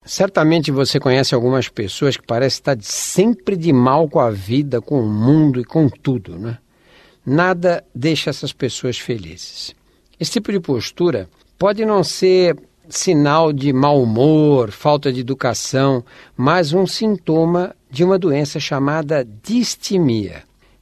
Certamente você conhece algumas pessoas que parecem estar sempre de mal com a vida, com o mundo e com tudo, né? Nada deixa essas pessoas felizes. Esse tipo de postura pode não ser sinal de mau humor, falta de educação, mas um sintoma de uma doença chamada distimia.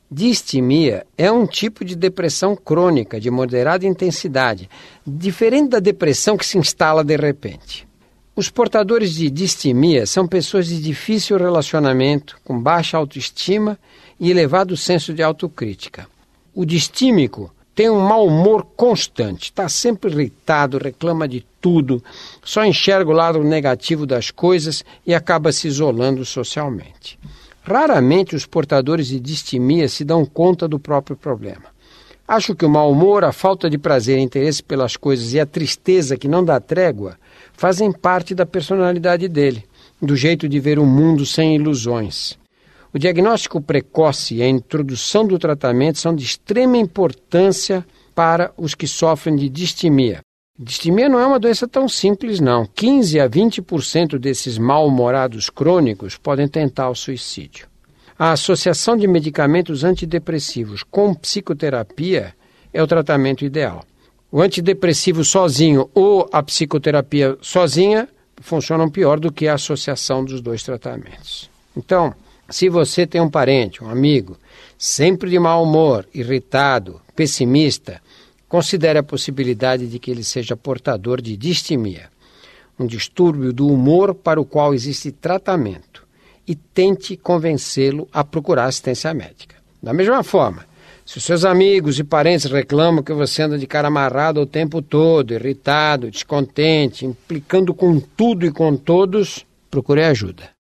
Distimia é um tipo de depressão crônica de moderada intensidade, diferente da depressão que se instala de repente. Os portadores de distimia são pessoas de difícil relacionamento, com baixa autoestima e elevado senso de autocrítica. O distímico tem um mau humor constante, está sempre irritado, reclama de tudo, só enxerga o lado negativo das coisas e acaba se isolando socialmente. Raramente os portadores de distimia se dão conta do próprio problema. Acho que o mau humor, a falta de prazer e interesse pelas coisas e a tristeza que não dá trégua fazem parte da personalidade dele, do jeito de ver o mundo sem ilusões. O diagnóstico precoce e a introdução do tratamento são de extrema importância para os que sofrem de distimia. Distimia não é uma doença tão simples, não. 15 a 20% desses mal-humorados crônicos podem tentar o suicídio. A associação de medicamentos antidepressivos com psicoterapia é o tratamento ideal. O antidepressivo sozinho ou a psicoterapia sozinha funcionam pior do que a associação dos dois tratamentos. Então, se você tem um parente, um amigo, sempre de mau humor, irritado, pessimista, considere a possibilidade de que ele seja portador de distimia, um distúrbio do humor para o qual existe tratamento, e tente convencê-lo a procurar assistência médica. Da mesma forma, se os seus amigos e parentes reclamam que você anda de cara amarrado o tempo todo, irritado, descontente, implicando com tudo e com todos, procure ajuda.